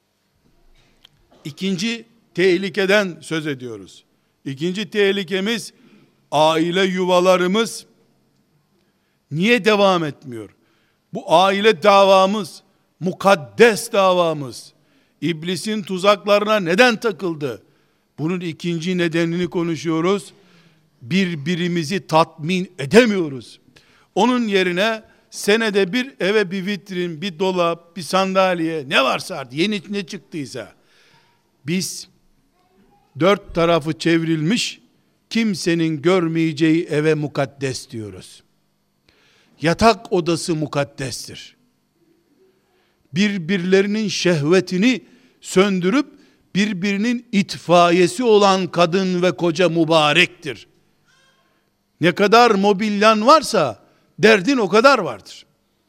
ikinci tehlikeden söz ediyoruz. İkinci tehlikemiz, aile yuvalarımız niye devam etmiyor? Bu aile davamız, mukaddes davamız, İblisin tuzaklarına neden takıldı? Bunun ikinci nedenini konuşuyoruz. Birbirimizi tatmin edemiyoruz. Onun yerine senede bir eve bir vitrin, bir dolap, bir sandalye, ne varsa artık yeni ne çıktıysa, biz 4 tarafı çevrilmiş kimsenin görmeyeceği eve mukaddes diyoruz. Yatak odası mukaddestir. Birbirlerinin şehvetini söndürüp birbirinin itfaiyesi olan kadın ve koca mübarektir. Ne kadar mobilyan varsa derdin o kadar vardır.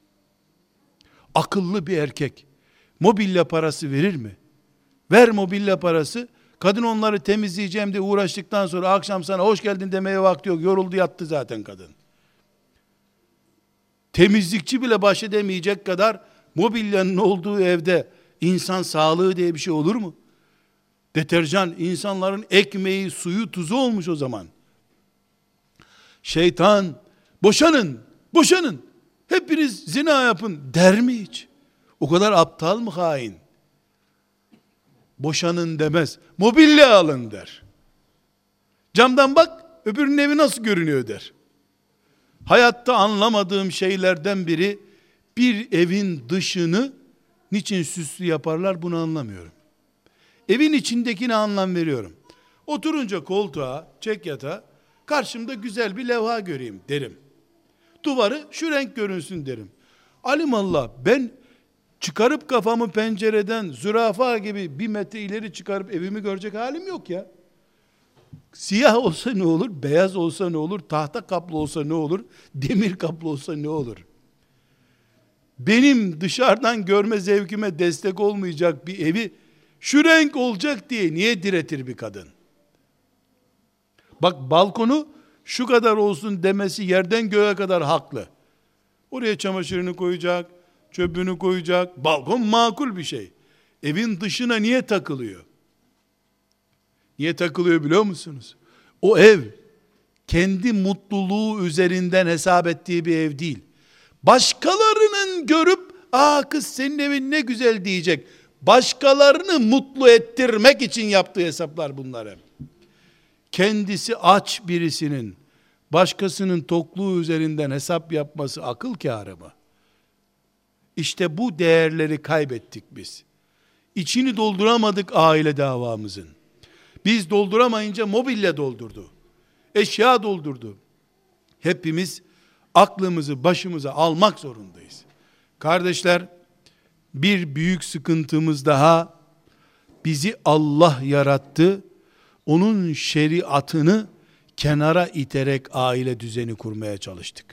Akıllı bir erkek mobilya parası verir mi? Ver mobilya parası. Kadın onları temizleyeceğim diye uğraştıktan sonra akşam sana hoş geldin demeye vakti yok. Yoruldu yattı zaten kadın. Temizlikçi bile baş edemeyecek kadar mobilyanın olduğu evde insan sağlığı diye bir şey olur mu? Deterjan insanların ekmeği, suyu, tuzu olmuş o zaman. Şeytan boşanın, hepiniz zina yapın der mi hiç? O kadar aptal mı hain? Boşanın demez. Mobilya alın der. Camdan bak, öbürünün evi nasıl görünüyor der. Hayatta anlamadığım şeylerden biri, bir evin dışını niçin süslü yaparlar, bunu anlamıyorum. Evin içindekine anlam veriyorum. Oturunca koltuğa, çek yatağa, karşımda güzel bir levha göreyim derim. Duvarı şu renk görünsün derim. Alimallah, ben çıkarıp kafamı pencereden zürafa gibi 1 metre ileri çıkarıp evimi görecek halim yok ya. Siyah olsa ne olur, beyaz olsa ne olur, tahta kaplı olsa ne olur, demir kaplı olsa ne olur? Benim dışarıdan görme zevkime destek olmayacak bir evi şu renk olacak diye niye diretir bir kadın? Bak, balkonu şu kadar olsun demesi yerden göğe kadar haklı. Oraya çamaşırını koyacak, çöpünü koyacak. Balkon makul bir şey. Evin dışına niye takılıyor? Niye takılıyor biliyor musunuz? O ev kendi mutluluğu üzerinden hesap ettiği bir ev değil. Başkalarının görüp, kız senin evin ne güzel diyecek. Başkalarını mutlu ettirmek için yaptığı hesaplar bunlar hep. Kendisi aç birisinin başkasının tokluğu üzerinden hesap yapması akıl kârı mı? İşte bu değerleri kaybettik biz. İçini dolduramadık aile davamızın. Biz dolduramayınca mobilya doldurdu. Eşya doldurdu. Hepimiz aklımızı başımıza almak zorundayız. Kardeşler, bir büyük sıkıntımız daha, bizi Allah yarattı. Onun şeriatını kenara iterek aile düzeni kurmaya çalıştık.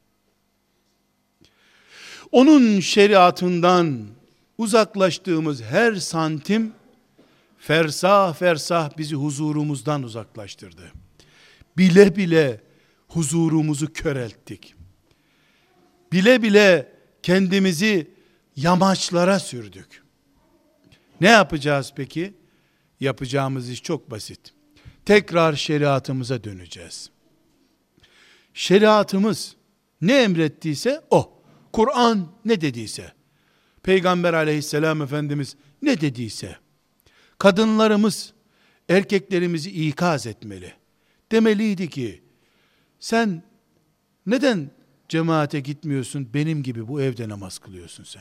Onun şeriatından uzaklaştığımız her santim fersah fersah bizi huzurumuzdan uzaklaştırdı. Bile bile huzurumuzu körelttik. Bile bile kendimizi yamaçlara sürdük. Ne yapacağız peki? Yapacağımız iş çok basit. Tekrar şeriatımıza döneceğiz. Şeriatımız ne emrettiyse o. Kur'an ne dediyse, Peygamber aleyhisselam Efendimiz ne dediyse, kadınlarımız erkeklerimizi ikaz etmeli. Demeliydi ki, sen neden cemaate gitmiyorsun, benim gibi bu evde namaz kılıyorsun sen?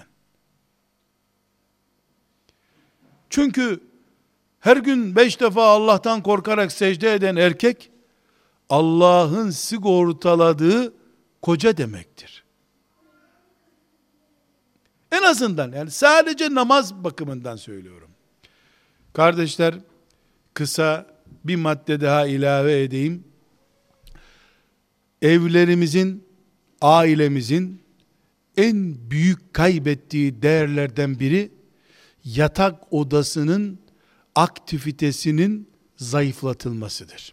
Çünkü her gün 5 defa Allah'tan korkarak secde eden erkek, Allah'ın sigortaladığı koca demektir. En azından, yani sadece namaz bakımından söylüyorum. Kardeşler, kısa bir madde daha ilave edeyim. Evlerimizin, ailemizin en büyük kaybettiği değerlerden biri, yatak odasının aktivitesinin zayıflatılmasıdır.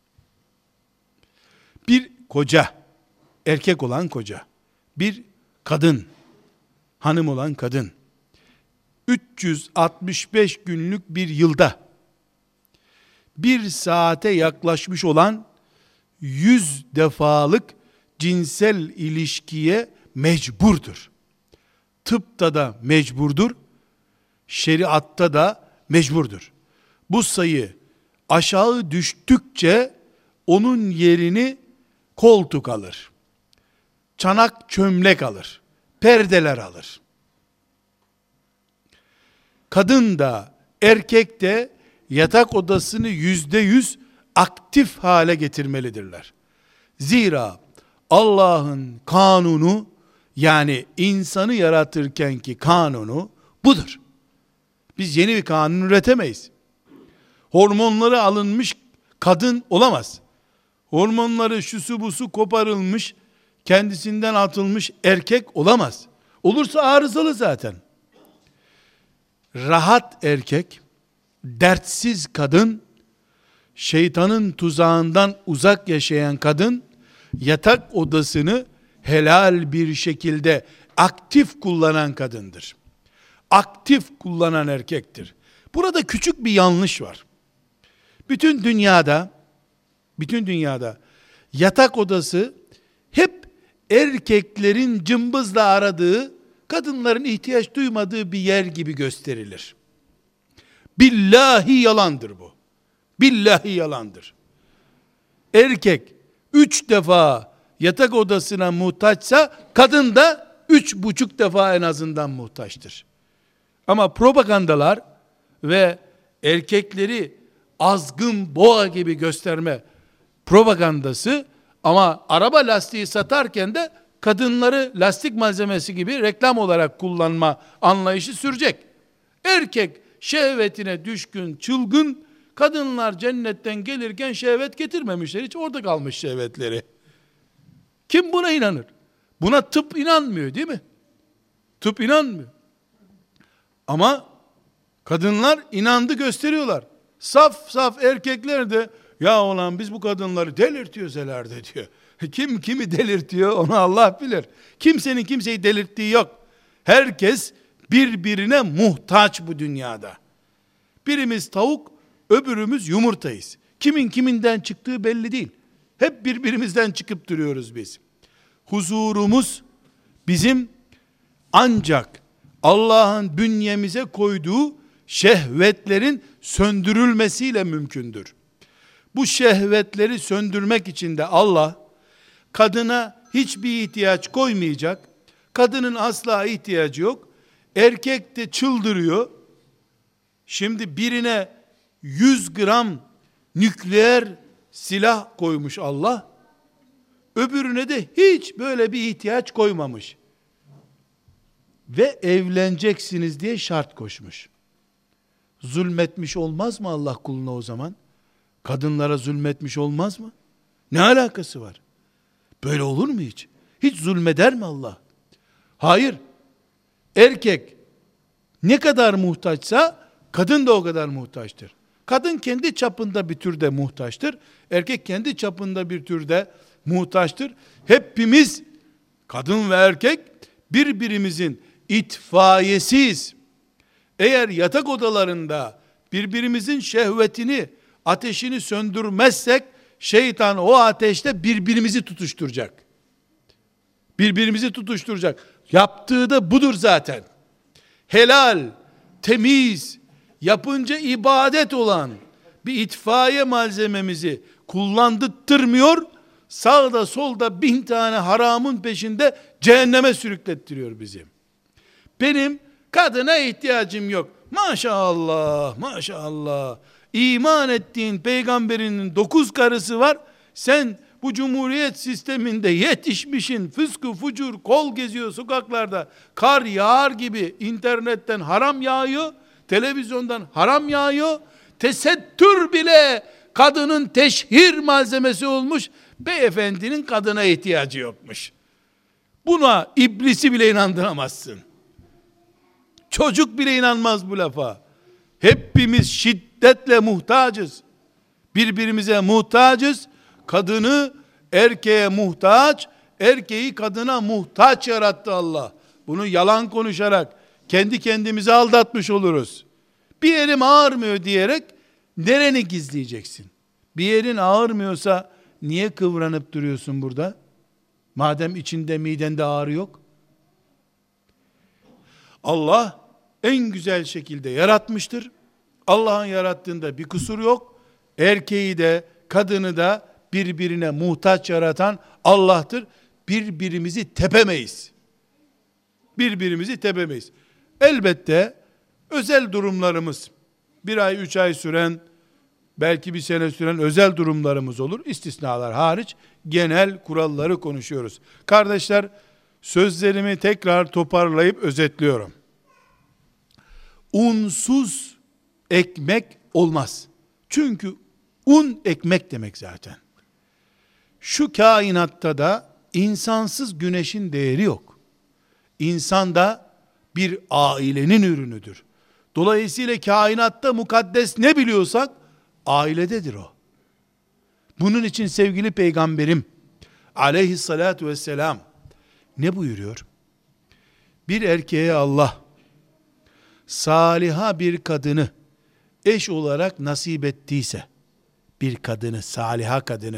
Bir koca, erkek olan koca, bir kadın, hanım olan kadın, 365 günlük bir yılda, 1 saate yaklaşmış olan 100 defalık cinsel ilişkiye mecburdur. Tıpta da mecburdur, şeriatta da mecburdur. Bu sayı aşağı düştükçe onun yerini koltuk alır, çanak çömlek alır, perdeler alır. Kadın da erkek de yatak odasını %100 aktif hale getirmelidirler. Zira Allah'ın kanunu, yani insanı yaratırkenki kanunu budur. Biz yeni bir kanun üretemeyiz. Hormonları alınmış kadın olamaz. Hormonları şusu busu koparılmış, kendisinden atılmış erkek olamaz. Olursa arızalı zaten. Rahat erkek, dertsiz kadın, şeytanın tuzağından uzak yaşayan kadın, yatak odasını helal bir şekilde aktif kullanan kadındır. Aktif kullanan erkektir. Burada küçük bir yanlış var. Bütün dünyada yatak odası hep erkeklerin cımbızla aradığı kadınların ihtiyaç duymadığı bir yer gibi gösterilir. Billahi yalandır bu. Billahi yalandır. Erkek 3 defa yatak odasına muhtaçsa, kadın da 3,5 defa en azından muhtaçtır. Ama propagandalar ve erkekleri azgın boğa gibi gösterme propagandası, ama araba lastiği satarken de kadınları lastik malzemesi gibi reklam olarak kullanma anlayışı sürecek. Erkek şehvetine düşkün, çılgın, kadınlar cennetten gelirken şehvet getirmemişler, hiç orada kalmış şehvetleri. Kim buna inanır? Buna tıp inanmıyor, değil mi? Tıp inanmıyor. Ama kadınlar inandı, gösteriyorlar. Saf saf erkekler de, ya ulan biz bu kadınları delirtiyoruz herhalde diyor. Kim kimi delirtiyor onu Allah bilir. Kimsenin kimseyi delirttiği yok. Herkes birbirine muhtaç bu dünyada. Birimiz tavuk, öbürümüz yumurtayız. Kimin kiminden çıktığı belli değil. Hep birbirimizden çıkıp duruyoruz biz. Huzurumuz bizim ancak Allah'ın bünyemize koyduğu şehvetlerin söndürülmesiyle mümkündür. Bu şehvetleri söndürmek için de Allah kadına hiçbir ihtiyaç koymayacak. Kadının asla ihtiyacı yok. Erkek de çıldırıyor. Şimdi birine 100 gram nükleer silah koymuş Allah. Öbürüne de hiç böyle bir ihtiyaç koymamış. Ve evleneceksiniz diye şart koşmuş. Zulmetmiş olmaz mı Allah kuluna o zaman? Kadınlara zulmetmiş olmaz mı? Ne alakası var? Böyle olur mu hiç? Hiç zulmeder mi Allah? Hayır. Erkek ne kadar muhtaçsa kadın da o kadar muhtaçtır. Kadın kendi çapında bir türde muhtaçtır. Erkek kendi çapında bir türde muhtaçtır. Hepimiz, kadın ve erkek, birbirimizin itfaiyesiyiz. Eğer yatak odalarında birbirimizin şehvetini, ateşini söndürmezsek, şeytan o ateşte birbirimizi tutuşturacak. Birbirimizi tutuşturacak. Yaptığı da budur zaten. Helal, temiz, yapınca ibadet olan bir itfaiye malzememizi kullandırtmıyor, sağda solda 1000 tane haramın peşinde cehenneme sürüklettiriyor bizi. Benim kadına ihtiyacım yok. Maşallah, maşallah. İman ettiğin peygamberinin 9 karısı var. Sen bu cumhuriyet sisteminde yetişmişin, fıskı fucur, kol geziyor sokaklarda. Kar yağar gibi internetten haram yağıyor. Televizyondan haram yağıyor. Tesettür bile kadının teşhir malzemesi olmuş. Beyefendinin kadına ihtiyacı yokmuş. Buna iblisi bile inandıramazsın. Çocuk bile inanmaz bu lafa. Hepimiz şiddetle muhtacız. Birbirimize muhtacız. Kadını erkeğe muhtaç, erkeği kadına muhtaç yarattı Allah. Bunu yalan konuşarak kendi kendimizi aldatmış oluruz. Bir yerim ağrımıyor diyerek nereni gizleyeceksin? Bir yerin ağrımıyorsa niye kıvranıp duruyorsun burada? Madem içinde, midende ağrı yok. Allah en güzel şekilde yaratmıştır. Allah'ın yarattığında bir kusur yok. Erkeği de kadını da birbirine muhtaç yaratan Allah'tır. Birbirimizi tepemeyiz. Birbirimizi tepemeyiz. Elbette özel durumlarımız, 1 ay 3 ay süren, belki 1 sene süren özel durumlarımız olur. İstisnalar hariç genel kuralları konuşuyoruz. Kardeşler, sözlerimi tekrar toparlayıp özetliyorum. Unsuz ekmek olmaz. Çünkü un ekmek demek zaten. Şu kainatta da insansız güneşin değeri yok. İnsan da bir ailenin ürünüdür. Dolayısıyla kainatta mukaddes ne biliyorsak ailededir o. Bunun için sevgili peygamberim aleyhissalatu vesselam ne buyuruyor? Bir erkeğe Allah saliha bir kadını eş olarak nasip ettiyse, bir kadını, saliha kadını,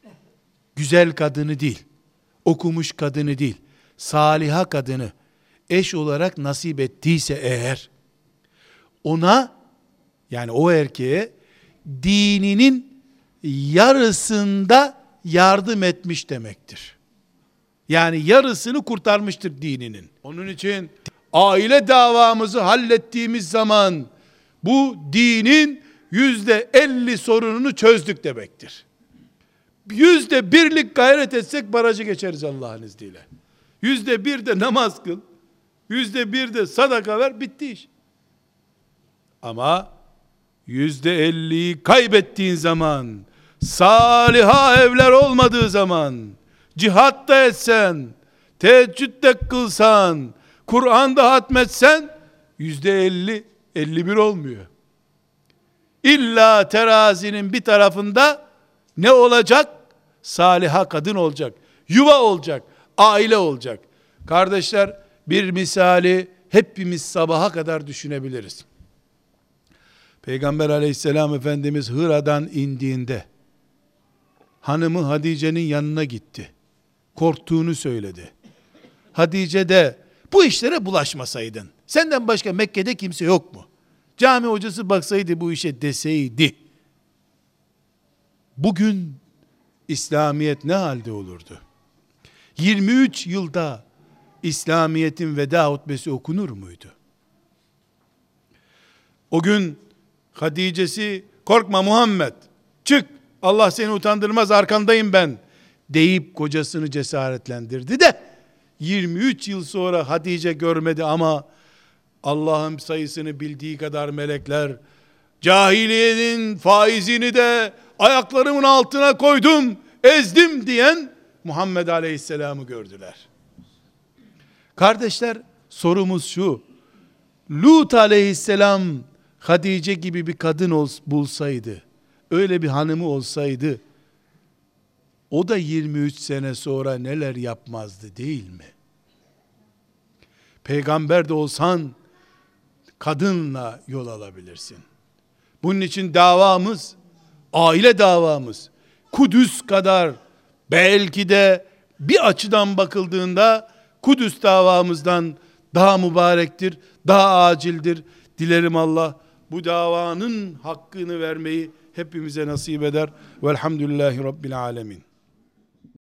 güzel kadını değil, okumuş kadını değil, saliha kadını eş olarak nasip ettiyse eğer, ona, yani o erkeğe dininin yarısında yardım etmiş demektir. Yani yarısını kurtarmıştır dininin. Onun için aile davamızı hallettiğimiz zaman bu dinin %50 sorununu çözdük demektir. %1'lik gayret etsek barajı geçeriz Allah'ın izniyle. %1 de namaz kıl, %1 de sadaka ver, bitti iş. Ama %50'yi kaybettiğin zaman, saliha evler olmadığı zaman, cihat da etsen, teheccüd de kılsan, Kur'an'da hatmetsen, %50, 51 olmuyor. İlla terazinin bir tarafında ne olacak? Saliha kadın olacak, yuva olacak, aile olacak. Kardeşler, bir misali hepimiz sabaha kadar düşünebiliriz. Peygamber aleyhisselam Efendimiz Hıra'dan indiğinde, hanımı Hatice'nin yanına gitti. Korktuğunu söyledi. Hatice de, bu işlere bulaşmasaydın, senden başka Mekke'de kimse yok mu? Cami hocası baksaydı bu işe deseydi, bugün İslamiyet ne halde olurdu? 23 yılda İslamiyet'in veda hutbesi okunur muydu? O gün Hatice'si, korkma Muhammed, çık, Allah seni utandırmaz, arkandayım ben deyip kocasını cesaretlendirdi de 23 yıl sonra Hatice görmedi ama Allah'ın sayısını bildiği kadar melekler, cahiliyenin faizini de ayaklarımın altına koydum, ezdim diyen Muhammed Aleyhisselam'ı gördüler. Kardeşler, sorumuz şu: Lut Aleyhisselam Hatice gibi bir kadın bulsaydı, öyle bir hanımı olsaydı, o da 23 sene sonra neler yapmazdı değil mi? Peygamber de olsan kadınla yol alabilirsin. Bunun için davamız, aile davamız, Kudüs kadar, belki de bir açıdan bakıldığında Kudüs davamızdan daha mübarektir, daha acildir. Dilerim Allah bu davanın hakkını vermeyi hepimize nasip eder. Velhamdülillahi Rabbil alemin.